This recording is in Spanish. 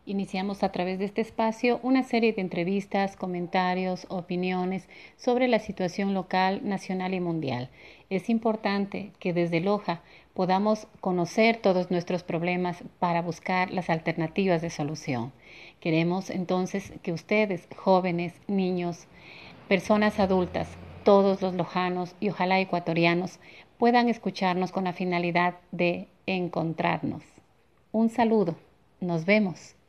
Iniciamos a través de este espacio una serie de entrevistas, comentarios, opiniones sobre la situación local, nacional y mundial. Es importante que desde Loja podamos conocer todos nuestros problemas para buscar las alternativas de solución. Queremos entonces que ustedes, jóvenes, niños, personas adultas, todos los lojanos y ojalá ecuatorianos puedan escucharnos con la finalidad de encontrarnos. Un saludo. Nos vemos.